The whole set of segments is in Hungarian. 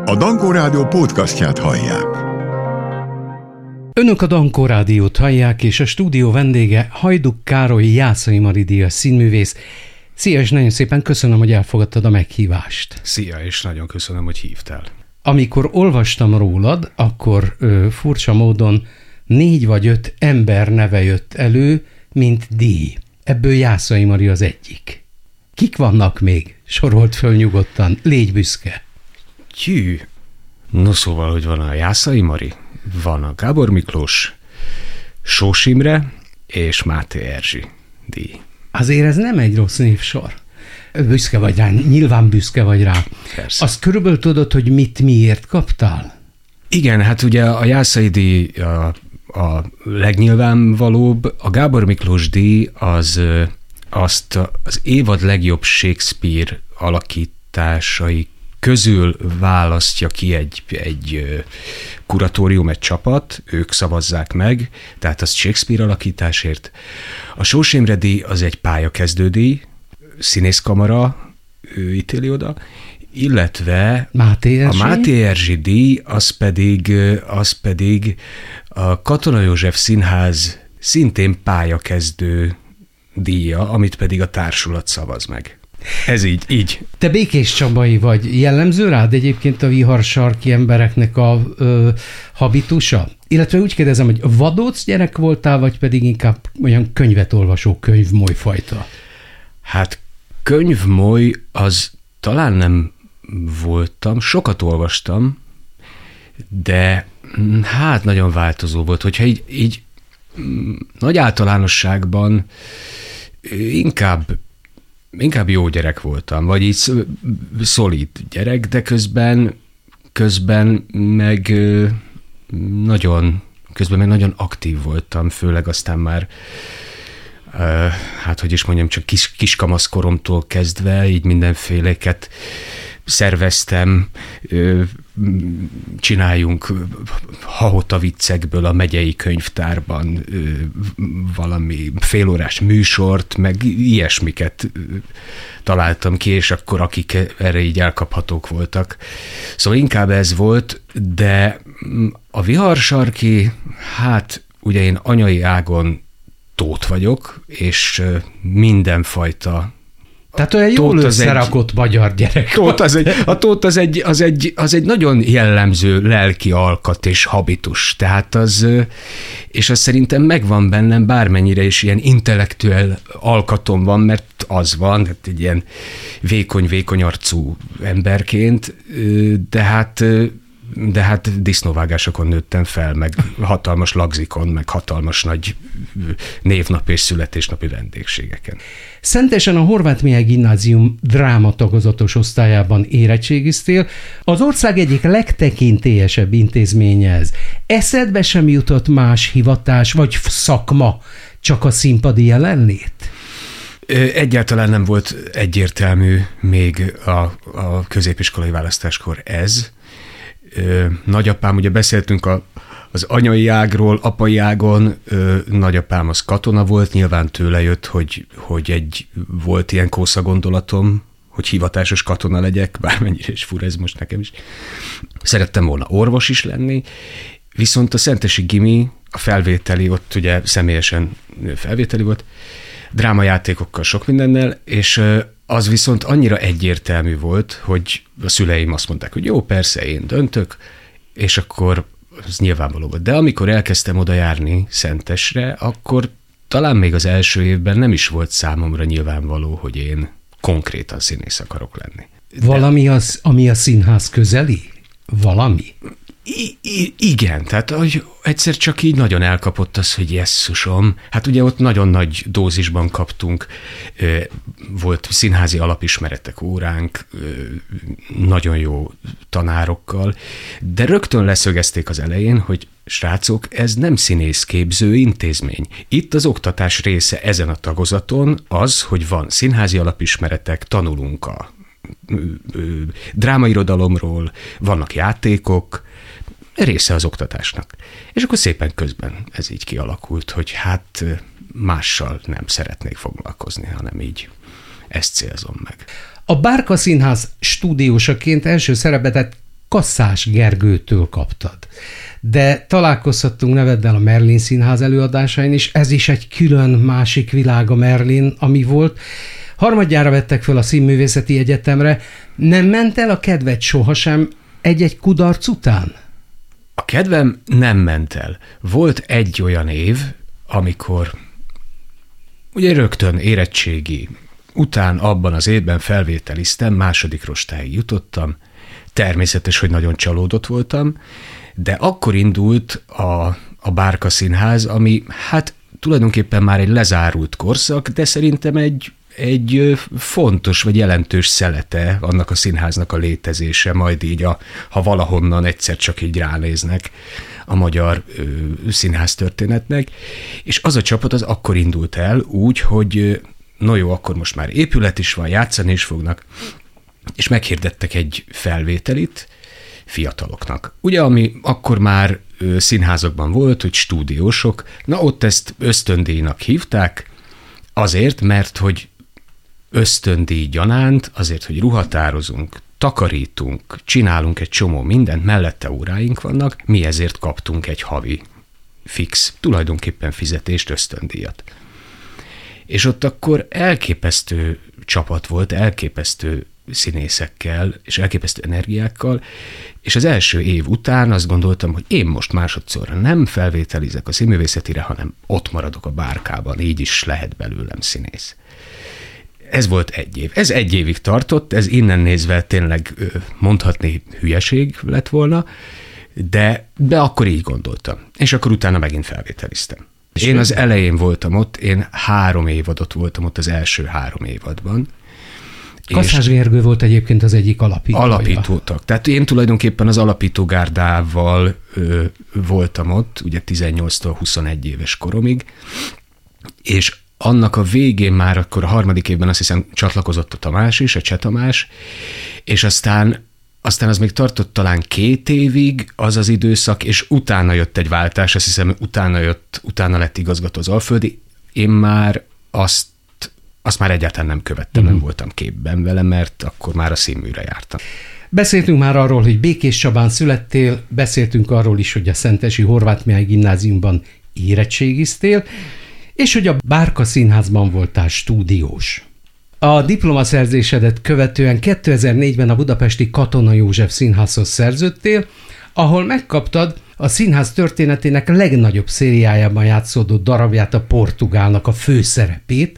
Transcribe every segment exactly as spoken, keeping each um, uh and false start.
A Dankó Rádió podcastját hallják. Önök a Dankó Rádiót hallják, és a stúdió vendége Hajduk Károly Jászai Mari díjas színművész. Szia, és nagyon szépen köszönöm, hogy elfogadtad a meghívást. Szia, és nagyon köszönöm, hogy hívtál. Amikor olvastam rólad, akkor ö, furcsa módon négy vagy öt ember neve jött elő, mint díj. Ebből Jászai Mari az egyik. Kik vannak még? Sorolt föl nyugodtan, légy büszke. Tyű. No szóval, hogy van a Jászai Mari, van a Gábor Miklós, Sós Imre és Máté Erzsi díj. Azért ez nem egy rossz névsor. Büszke vagy rá, nyilván büszke vagy rá. Persze. Azt körülbelül tudod, hogy mit miért kaptál? Igen, hát ugye a Jászai díj a, a legnyilvánvalóbb, a Gábor Miklós díj az azt az évad legjobb Shakespeare alakításai közül választja ki egy, egy kuratórium, egy csapat, ők szavazzák meg, tehát az Shakespeare alakításért. A Sós Imre díj az egy pályakezdődíj, színészkamara, ő ítéli oda, illetve Máté Erzsi? A Máté Erzsi díj az pedig, az pedig a Katona József Színház szintén pályakezdő díja, amit pedig a társulat szavaz meg. Ez így, így. Te Békés Csabai vagy. Jellemző rád egyébként a viharsarki embereknek a ö, habitusa? Illetve úgy kérdezem, hogy vadóc gyerek voltál, vagy pedig inkább olyan könyvet olvasó könyvmoly fajta? Hát könyvmoly az talán nem voltam, sokat olvastam, de hát nagyon változó volt. Hogyha így, így nagy általánosságban inkább Inkább jó gyerek voltam, vagy így szolid gyerek, de közben, közben meg nagyon, közben meg nagyon aktív voltam, főleg aztán már, hát hogy is mondjam, csak kis, kiskamaszkoromtól kezdve, így mindenféleket szerveztem, csináljunk hahota viccekből a megyei könyvtárban valami félórás műsort, meg ilyesmiket találtam ki, és akkor akik erre így elkaphatók voltak. Szóval inkább ez volt, de a viharsarki, hát ugye én anyai ágon Tóth vagyok, és mindenfajta Tehát olyan jól összerakott magyar gyerek. Tóth az egy, a Tóth az egy, az, egy, az egy nagyon jellemző lelki alkat és habitus. Tehát az, és az szerintem megvan bennem, bármennyire is ilyen intellektuel alkatom van, mert az van, tehát egy ilyen vékony-vékony arcú emberként, de hát de hát disznóvágásokon nőttem fel, meg hatalmas lagzikon, meg hatalmas nagy névnap és születésnapi vendégségeken. Szentesen a Horváth Mihály Gimnázium drámatagozatos osztályában érettségiztél. Az ország egyik legtekintélyesebb intézménye ez. Eszedbe sem jutott más hivatás vagy szakma, csak a színpadi jelenlét? Egyáltalán nem volt egyértelmű még a, a középiskolai választáskor ez. Nagyapám, ugye beszéltünk a, az anyai ágról, apai ágon, nagyapám az katona volt, nyilván tőle jött, hogy, hogy egy, volt ilyen kósza gondolatom, hogy hivatásos katona legyek, bármennyire is fura ez most nekem is. Szerettem volna orvos is lenni, viszont a szentesi gimi, a felvételi, ott ugye személyesen felvételi volt, drámajátékokkal, sok mindennel, és az viszont annyira egyértelmű volt, hogy a szüleim azt mondták, hogy jó, persze, én döntök, és akkor az nyilvánvaló volt. De amikor elkezdtem oda járni Szentesre, akkor talán még az első évben nem is volt számomra nyilvánvaló, hogy én konkrétan színész akarok lenni. De... Valami az, ami a színház közeli? Valami? I- I- igen, tehát hogy egyszer csak így nagyon elkapott az, hogy jesszusom, hát ugye ott nagyon nagy dózisban kaptunk, volt színházi alapismeretek óránk, nagyon jó tanárokkal, de rögtön leszögezték az elején, hogy srácok, ez nem színészképző intézmény. Itt az oktatás része ezen a tagozaton az, hogy van színházi alapismeretek, tanulunk a drámairodalomról, vannak játékok, része az oktatásnak. És akkor szépen közben ez így kialakult, hogy hát mással nem szeretnék foglalkozni, hanem így ezt célzom meg. A Bárka Színház stúdiósaként első szerepedet Kaszás Gergőtől kaptad. De találkozhattunk neveddel a Merlin Színház előadásain is, ez is egy külön másik világ a Merlin, ami volt. Harmadjára vettek föl a Színművészeti Egyetemre. Nem ment el a kedved sohasem egy-egy kudarc után? A kedvem nem ment el. Volt egy olyan év, amikor ugye rögtön érettségi után abban az évben felvételiztem, második rostáig jutottam. Természetes, hogy nagyon csalódott voltam, de akkor indult a, a Bárka Színház, ami hát tulajdonképpen már egy lezárult korszak, de szerintem egy, egy fontos vagy jelentős szelete annak a színháznak a létezése, majd így, a, ha valahonnan egyszer csak így ránéznek a magyar ö, színház történetnek. És az a csapat az akkor indult el úgy, hogy no jó, akkor most már épület is van, játszani is fognak, és meghirdettek egy felvételit fiataloknak. Ugye, ami akkor már ö, színházakban volt, hogy stúdiósok, na ott ezt ösztöndíjnak hívták, azért, mert hogy ösztöndíj gyanánt, azért, hogy ruhatározunk, takarítunk, csinálunk egy csomó mindent, mellette óráink vannak, mi ezért kaptunk egy havi fix, tulajdonképpen fizetést, ösztöndíjat. És ott akkor elképesztő csapat volt, elképesztő színészekkel, és elképesztő energiákkal, és az első év után azt gondoltam, hogy én most másodszorra nem felvételizek a Színművészetire, hanem ott maradok a Bárkában, így is lehet belőlem színész. Ez volt egy év. Ez egy évig tartott, ez innen nézve tényleg mondhatni hülyeség lett volna, de, de akkor így gondoltam. És akkor utána megint felvételiztem. Én az elején voltam ott, én három évadot voltam ott az első három évadban. Kaszás Gergő volt egyébként az egyik alapítója. Alapítótak. Tehát én tulajdonképpen az alapítógárdával ö, voltam ott, ugye tizennyolctól huszonegy éves koromig, és annak a végén már akkor a harmadik évben azt hiszem csatlakozott a Tamás is, a Cseh Tamás, és aztán, aztán az még tartott talán két évig az az időszak, és utána jött egy váltás, azt hiszem utána jött, utána lett igazgató az Alföldi. Én már azt, azt már egyáltalán nem követtem, uh-huh. nem voltam képben vele, mert akkor már a színműre jártam. Beszéltünk már arról, hogy Békés Csabán születtél, beszéltünk arról is, hogy a Szentesi Horváth Mihály Gimnáziumban érettségiztél, és hogy a Bárka Színházban voltál stúdiós. A diplomaszerzésedet követően kétezer-négyben a budapesti Katona József Színházhoz szerződtél, ahol megkaptad a színház történetének legnagyobb szériájában játszódó darabját, a Portugálnak a főszerepét,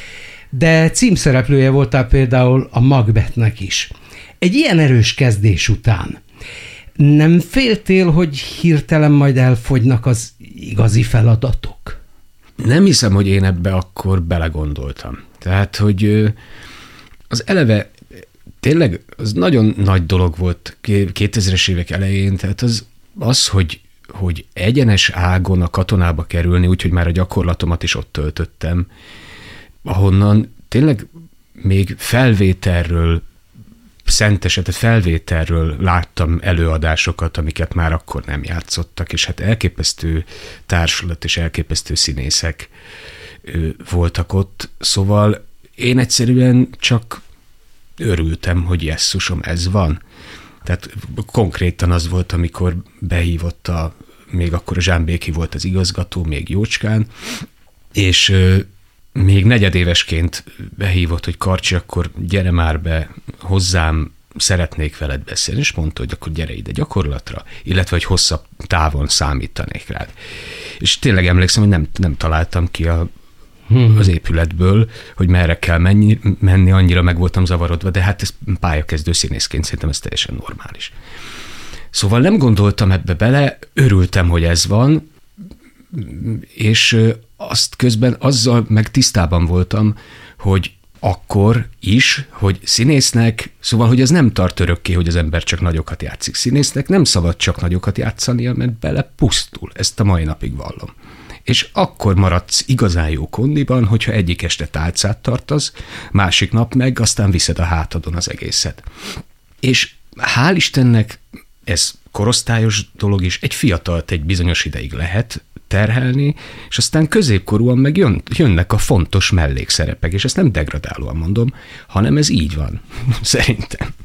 de címszereplője voltál például a Macbethnek is. Egy ilyen erős kezdés után nem féltél, hogy hirtelen majd elfogynak az igazi feladatok? Nem hiszem, hogy én ebbe akkor belegondoltam. Tehát, hogy az eleve tényleg az nagyon nagy dolog volt kétezres évek elején, tehát az, az hogy, hogy egyenes ágon a katonába kerülni, úgyhogy már a gyakorlatomat is ott töltöttem, ahonnan tényleg még felvételről, szenteset, felvételről láttam előadásokat, amiket már akkor nem játszottak, és hát elképesztő társulat és elképesztő színészek voltak ott, szóval én egyszerűen csak örültem, hogy jesszusom, ez van. Tehát konkrétan az volt, amikor behívott a, még akkor a Zsámbéki volt az igazgató, még jócskán, és még negyedévesként behívott, hogy Karcsi, akkor gyere már be hozzám, szeretnék veled beszélni, és mondta, hogy akkor gyere ide gyakorlatra, illetve hogy hosszabb távon számítanék rád. És tényleg emlékszem, hogy nem, nem találtam ki a, az épületből, hogy merre kell menni, menni, annyira meg voltam zavarodva, de hát ez pályakezdő színészként szerintem ez teljesen normális. Szóval nem gondoltam ebbe bele, örültem, hogy ez van, és azt közben azzal meg tisztában voltam, hogy akkor is, hogy színésznek, szóval, hogy ez nem tart örökké, hogy az ember csak nagyokat játszik. Színésznek nem szabad csak nagyokat játszania, mert bele pusztul. Ezt a mai napig vallom. És akkor maradsz igazán jó kondiban, hogyha egyik este tálcát tartasz, másik nap meg aztán viszed a hátadon az egészet. És hál' Istennek ez korosztályos dolog is, egy fiatalt egy bizonyos ideig lehet terhelni, és aztán középkorúan meg jön, jönnek a fontos mellékszerepek, és ezt nem degradálóan mondom, hanem ez így van, szerintem.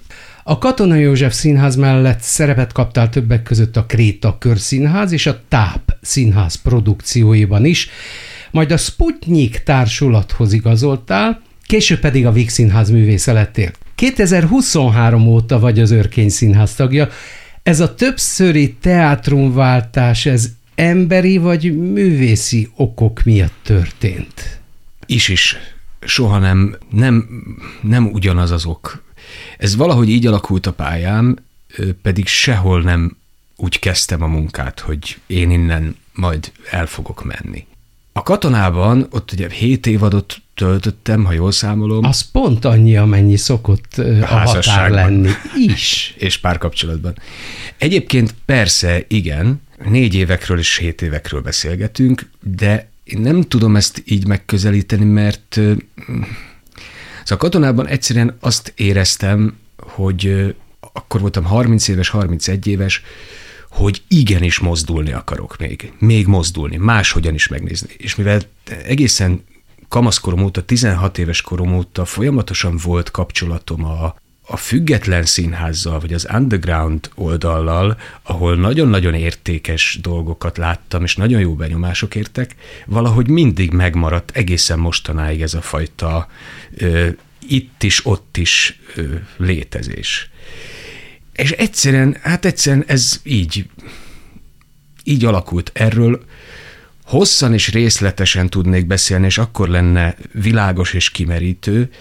A Katona József Színház mellett szerepet kaptál többek között a Kréta Körszínház és a Táp Színház produkcióiban is, majd a Sputnik társulathoz igazoltál, később pedig a Víg Színház művésze lettél. kétezer-huszonhárom óta vagy az Örkény Színház tagja. Ez a többszöri teátrumváltás, ez emberi vagy művészi okok miatt történt? Is-is. Soha nem, nem, nem ugyanaz az ok. Ez valahogy így alakult a pályám, pedig sehol nem úgy kezdtem a munkát, hogy én innen majd el fogok menni. A Katonában ott ugye hét évadot töltöttem, ha jól számolom. Az pont annyi, amennyi szokott a határ lenni is. És párkapcsolatban. Egyébként persze, igen, négy évekről és hét évekről beszélgetünk, de én nem tudom ezt így megközelíteni, mert a Katonában egyszerűen azt éreztem, hogy akkor voltam harminc éves, harmincegy éves, hogy igenis mozdulni akarok még. Még mozdulni, máshogyan is megnézni. És mivel egészen kamaszkorom óta, tizenhat éves korom óta folyamatosan volt kapcsolatom a, a független színházzal, vagy az underground oldallal, ahol nagyon-nagyon értékes dolgokat láttam, és nagyon jó benyomások értek, valahogy mindig megmaradt egészen mostanáig ez a fajta ö, itt is, ott is ö, létezés. És egyszerűen, hát egyszerűen ez így, így alakult. Erről hosszan és részletesen tudnék beszélni, és akkor lenne világos és kimerítő,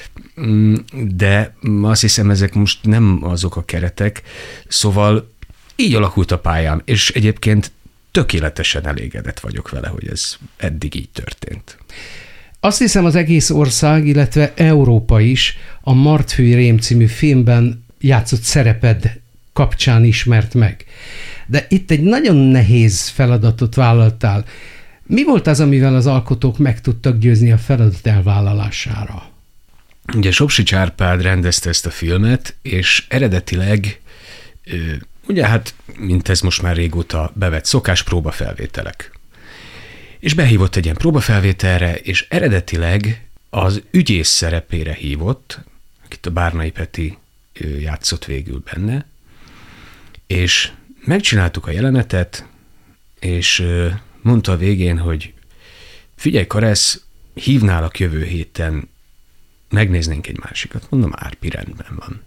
de azt hiszem, ezek most nem azok a keretek, szóval így alakult a pályám, és egyébként tökéletesen elégedett vagyok vele, hogy ez eddig így történt. Azt hiszem, az egész ország, illetve Európa is a Martfői Rém című filmben játszott szereped kapcsán ismert meg. De itt egy nagyon nehéz feladatot vállaltál. Mi volt az, amivel az alkotók meg tudtak győzni a feladat elvállalására? Ugye Sopsics Árpád rendezte ezt a filmet, és eredetileg, ugye hát, mint ez most már régóta bevett szokás, próbafelvételek. És behívott egy ilyen próbafelvételre, és eredetileg az ügyész szerepére hívott, akit a Bárnai Peti játszott végül benne, és megcsináltuk a jelenetet, és mondta a végén, hogy figyelj, Karesz, hívnálak jövő héten, megnéznénk egy másikat. Mondom, Árpi, rendben van.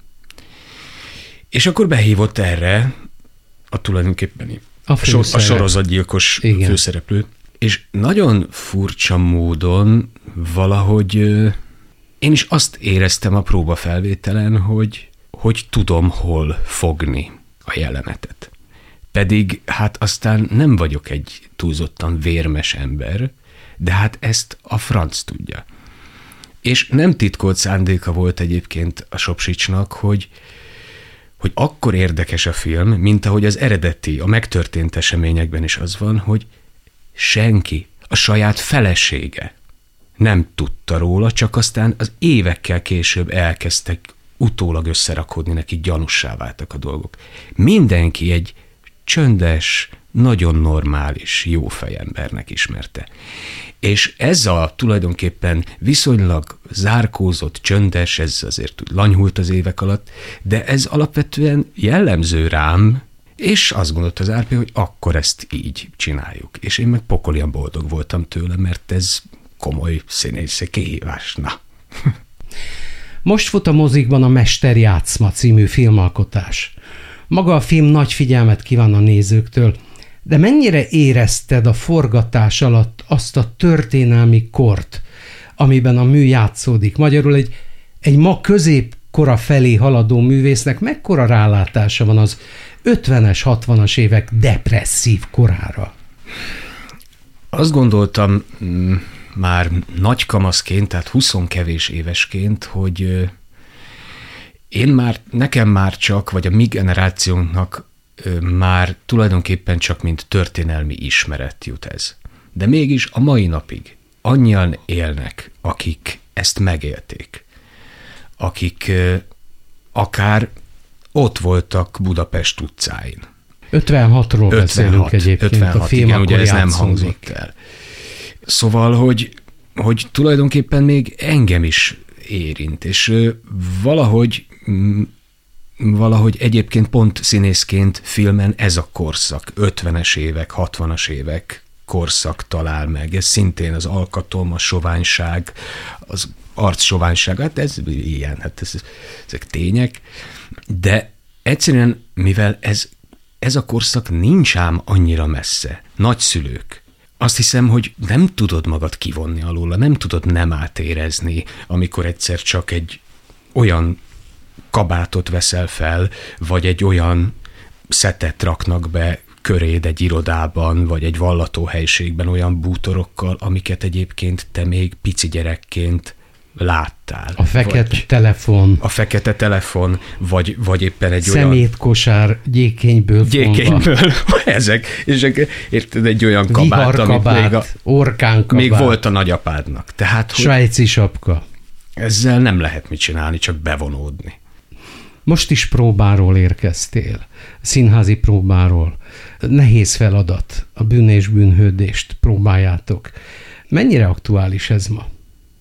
És akkor behívott erre a tulajdonképpeni a, a sorozatgyilkos Igen. főszereplő, és nagyon furcsa módon valahogy én is azt éreztem a próbafelvételen, hogy, hogy tudom, hol fogni a jelenetet. Pedig hát aztán nem vagyok egy túlzottan vérmes ember, de hát ezt a franc tudja. És nem titkolt szándéka volt egyébként a Sopsicsnak, hogy, hogy akkor érdekes a film, mint ahogy az eredeti, a megtörtént eseményekben is az van, hogy senki, a saját felesége nem tudta róla, csak aztán az évekkel később elkezdtek utólag összerakodni, neki gyanussá váltak a dolgok. Mindenki egy csöndes, nagyon normális, jó fejembernek ismerte. És ez a tulajdonképpen viszonylag zárkózott, csöndes, ez azért úgy lanyhult az évek alatt, de ez alapvetően jellemző rám, és azt gondolt az Árpi, hogy akkor ezt így csináljuk. És én meg pokolian boldog voltam tőle, mert ez komoly színészi kihívás. Na. Most fut a mozikban a Mesterjátszma című filmalkotás. Maga a film nagy figyelmet kíván a nézőktől, de mennyire érezted a forgatás alatt azt a történelmi kort, amiben a mű játszódik? Magyarul egy, egy ma középkora felé haladó művésznek mekkora rálátása van az ötvenes, hatvanas évek depresszív korára? Azt gondoltam már nagy kamaszként, tehát huszon kevés évesként, hogy én már, nekem már csak, vagy a mi generációnknak már tulajdonképpen csak mint történelmi ismeret jut ez. De mégis a mai napig annyian élnek, akik ezt megélték. Akik akár ott voltak Budapest utcáin. ötvenhatról beszélünk egyébként. ötvenhat, a film igen, ugye ez játszódik. nem hangzott el. Szóval, hogy, hogy tulajdonképpen még engem is érint, és valahogy valahogy egyébként pont színészként filmen ez a korszak, ötvenes évek, hatvanas évek korszak talál meg. Ez szintén az alkatom, a soványság, az arcsoványság, hát ez ilyen, hát ez, ezek tények, de egyszerűen, mivel ez, ez a korszak nincs ám annyira messze, nagyszülők, azt hiszem, hogy nem tudod magad kivonni alóla, nem tudod nem átérezni, amikor egyszer csak egy olyan kabátot veszel fel, vagy egy olyan szetet raknak be köréd egy irodában, vagy egy vallatóhelyiségben olyan bútorokkal, amiket egyébként te még pici gyerekként láttál. A fekete vagy telefon. A fekete telefon, vagy, vagy éppen egy szemétkosár, olyan... szemétkosár, gyékényből Gyékényből, ezek, és érted, egy olyan kabát, amit még, a, orkánkabát, még volt a nagyapádnak. Tehát, svájci sapka. Ezzel nem lehet mit csinálni, csak bevonódni. Most is próbáról érkeztél, színházi próbáról. Nehéz feladat, a bűn és bűnhődést próbáljátok. Mennyire aktuális ez ma?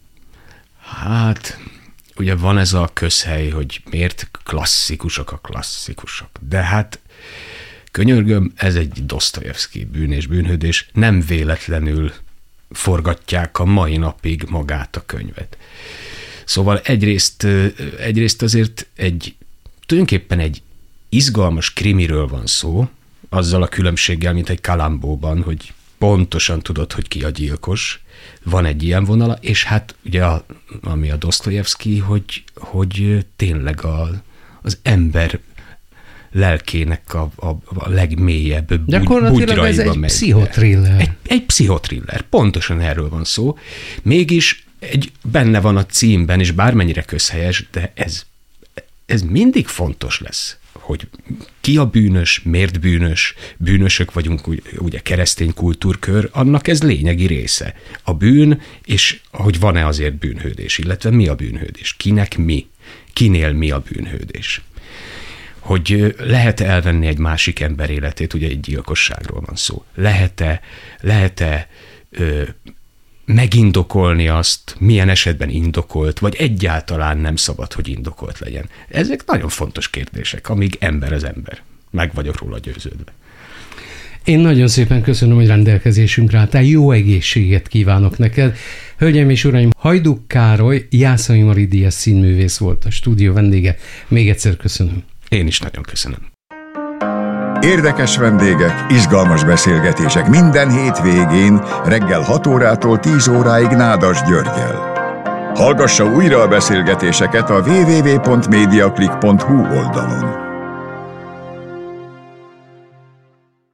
Hát, ugye van ez a közhely, hogy miért klasszikusok a klasszikusok. De hát, könyörgöm, ez egy Dosztojevszkij bűn és bűnhődés. Nem véletlenül forgatják a mai napig magát a könyvet. Szóval egyrészt, egyrészt azért egy, tulajdonképpen egy izgalmas krimiről van szó, azzal a különbséggel, mint egy Kalambóban, hogy pontosan tudod, hogy ki a gyilkos, van egy ilyen vonala, és hát ugye a, ami a Dosztojevszkij, hogy, hogy tényleg a, az ember lelkének a, a, a legmélyebb gyakorlatilag ez egy pszichotriller. Egy, egy pszichotriller, pontosan erről van szó. Mégis egy, benne van a címben, és bármennyire közhelyes, de ez, ez mindig fontos lesz, hogy ki a bűnös, miért bűnös, bűnösök vagyunk, ugye keresztény kultúrkör, annak ez lényegi része. A bűn, és hogy van-e azért bűnhődés, illetve mi a bűnhődés, kinek mi, kinél mi a bűnhődés. Hogy lehet-e elvenni egy másik ember életét, ugye egy gyilkosságról van szó. Lehet-e, lehet-e ö, megindokolni azt, milyen esetben indokolt, vagy egyáltalán nem szabad, hogy indokolt legyen. Ezek nagyon fontos kérdések, amíg ember az ember. Meg vagyok róla győződve. Én nagyon szépen köszönöm, hogy rendelkezésünkre álltál. Jó egészséget kívánok neked. Hölgyeim és uraim, Hajduk Károly, Jászai Mari díjas színművész volt a stúdió vendége. Még egyszer köszönöm. Én is nagyon köszönöm. Érdekes vendégek, izgalmas beszélgetések minden hétvégén reggel hat órától tíz óráig Nádas Györggyel. Hallgassa újra a beszélgetéseket a double-u double-u double-u pont mediaclick pont hu oldalon.